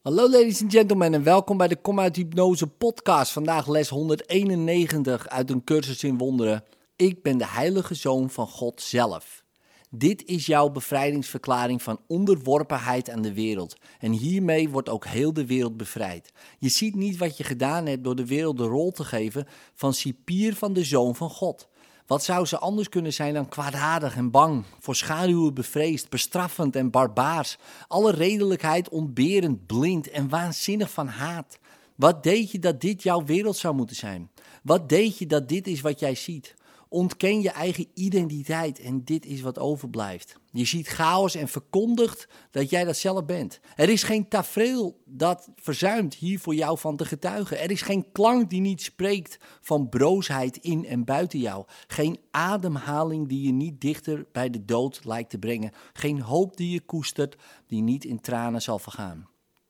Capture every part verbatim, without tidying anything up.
Hallo ladies and gentlemen en welkom bij de Kom uit Hypnose podcast. Vandaag les honderdeenennegentig uit een cursus in wonderen. Ik ben de heilige zoon van God zelf. Dit is jouw bevrijdingsverklaring van onderworpenheid aan de wereld. En hiermee wordt ook heel de wereld bevrijd. Je ziet niet wat je gedaan hebt door de wereld de rol te geven van cipier van de zoon van God. Wat zou ze anders kunnen zijn dan kwaadaardig en bang, voor schaduwen bevreesd, bestraffend en barbaars, alle redelijkheid ontberend, blind en waanzinnig van haat? Wat deed je dat dit jouw wereld zou moeten zijn? Wat deed je dat dit is wat jij ziet? Ontken je eigen identiteit en dit is wat overblijft. Je ziet chaos en verkondigt dat jij dat zelf bent. Er is geen tafereel dat verzuimt hier voor jou van te getuigen. Er is geen klank die niet spreekt van broosheid in en buiten jou. Geen ademhaling die je niet dichter bij de dood lijkt te brengen. Geen hoop die je koestert die niet in tranen zal vergaan.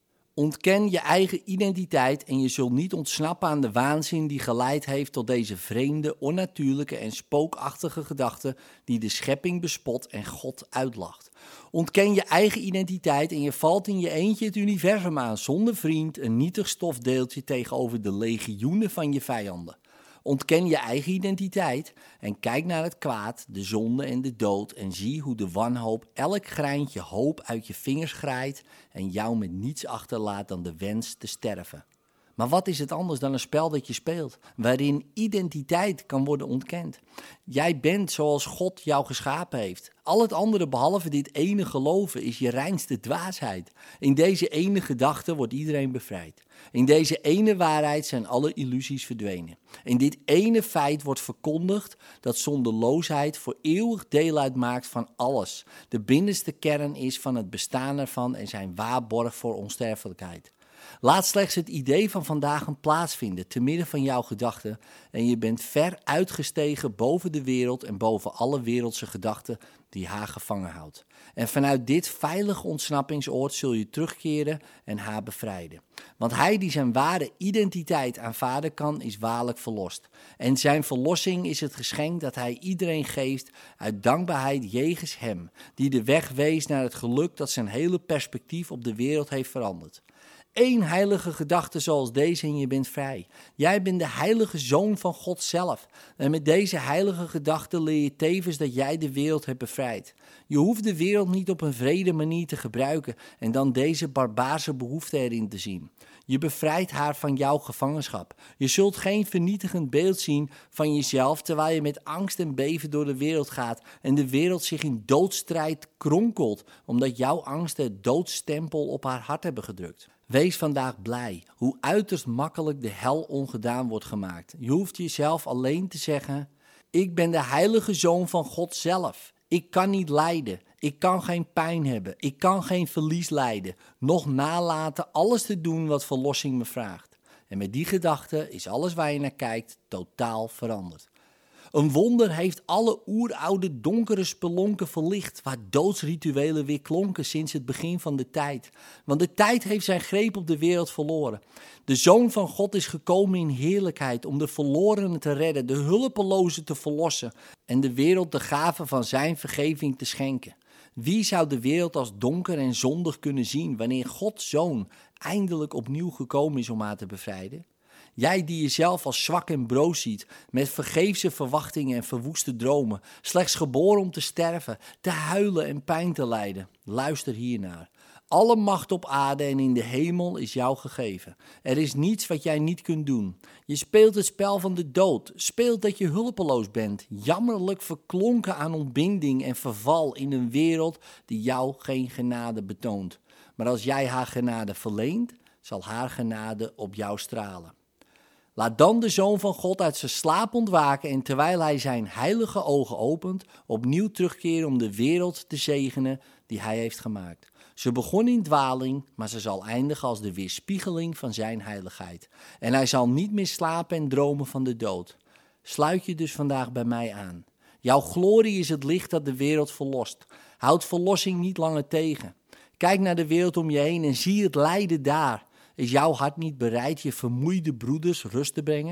Ontken je eigen identiteit en je zult niet ontsnappen aan de waanzin die geleid heeft tot deze vreemde, onnatuurlijke en spookachtige gedachten die de schepping bespot en God uitlacht. Ontken je eigen identiteit en je valt in je eentje het universum aan zonder vriend, een nietig stofdeeltje tegenover de legioenen van je vijanden. Ontken je eigen identiteit en kijk naar het kwaad, de zonde en de dood en zie hoe de wanhoop elk greintje hoop uit je vingers graait en jou met niets achterlaat dan de wens te sterven. Maar wat is het anders dan een spel dat je speelt, waarin identiteit kan worden ontkend? Jij bent zoals God jou geschapen heeft. Al het andere behalve dit ene geloven is je reinste dwaasheid. In deze ene gedachte wordt iedereen bevrijd. In deze ene waarheid zijn alle illusies verdwenen. In dit ene feit wordt verkondigd dat zonderloosheid voor eeuwig deel uitmaakt van alles. De binnenste kern is van het bestaan ervan en zijn waarborg voor onsterfelijkheid. Laat slechts het idee van vandaag een plaats vinden te midden van jouw gedachten en je bent ver uitgestegen boven de wereld en boven alle wereldse gedachten die haar gevangen houdt. En vanuit dit veilige ontsnappingsoord zul je terugkeren en haar bevrijden. Want hij die zijn ware identiteit aanvaarden kan, is waarlijk verlost. En zijn verlossing is het geschenk dat hij iedereen geeft uit dankbaarheid jegens hem, die de weg wees naar het geluk dat zijn hele perspectief op de wereld heeft veranderd. Eén heilige gedachte zoals deze en je bent vrij. Jij bent de heilige zoon van God zelf. En met deze heilige gedachte leer je tevens dat jij de wereld hebt bevrijd. Je hoeft de wereld niet op een wrede manier te gebruiken en dan deze barbaarse behoefte erin te zien. Je bevrijdt haar van jouw gevangenschap. Je zult geen vernietigend beeld zien van jezelf terwijl je met angst en beven door de wereld gaat en de wereld zich in doodstrijd kronkelt omdat jouw angsten het doodstempel op haar hart hebben gedrukt. Wees vandaag blij hoe uiterst makkelijk de hel ongedaan wordt gemaakt. Je hoeft jezelf alleen te zeggen: ik ben de heilige zoon van God zelf. Ik kan niet lijden. Ik kan geen pijn hebben. Ik kan geen verlies lijden. Nog nalaten alles te doen wat verlossing me vraagt. En met die gedachte is alles waar je naar kijkt totaal veranderd. Een wonder heeft alle oeroude donkere spelonken verlicht, waar doodsrituelen weer klonken sinds het begin van de tijd. Want de tijd heeft zijn greep op de wereld verloren. De Zoon van God is gekomen in heerlijkheid om de verlorenen te redden, de hulpelozen te verlossen en de wereld de gave van zijn vergeving te schenken. Wie zou de wereld als donker en zondig kunnen zien wanneer Gods Zoon eindelijk opnieuw gekomen is om haar te bevrijden? Jij die jezelf als zwak en broos ziet, met vergeefse verwachtingen en verwoeste dromen, slechts geboren om te sterven, te huilen en pijn te lijden. Luister hiernaar. Alle macht op aarde en in de hemel is jou gegeven. Er is niets wat jij niet kunt doen. Je speelt het spel van de dood, speelt dat je hulpeloos bent, jammerlijk verklonken aan ontbinding en verval in een wereld die jou geen genade betoont. Maar als jij haar genade verleent, zal haar genade op jou stralen. Laat dan de Zoon van God uit zijn slaap ontwaken en terwijl hij zijn heilige ogen opent, opnieuw terugkeren om de wereld te zegenen die hij heeft gemaakt. Ze begon in dwaling, maar ze zal eindigen als de weerspiegeling van zijn heiligheid. En hij zal niet meer slapen en dromen van de dood. Sluit je dus vandaag bij mij aan. Jouw glorie is het licht dat de wereld verlost. Houd verlossing niet langer tegen. Kijk naar de wereld om je heen en zie het lijden daar. Is jouw hart niet bereid je vermoeide broeders rust te brengen?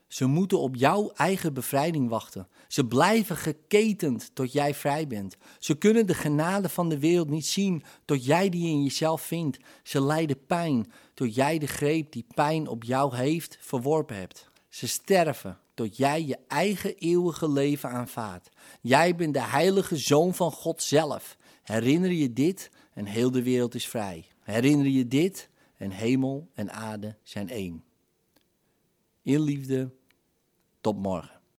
Ze moeten op jouw eigen bevrijding wachten. Ze blijven geketend tot jij vrij bent. Ze kunnen de genade van de wereld niet zien tot jij die in jezelf vindt. Ze lijden pijn tot jij de greep die pijn op jou heeft verworpen hebt. Ze sterven tot jij je eigen eeuwige leven aanvaardt. Jij bent de heilige Zoon van God zelf. Herinner je dit en heel de wereld is vrij. Herinner je dit en hemel en aarde zijn één. In liefde, tot morgen.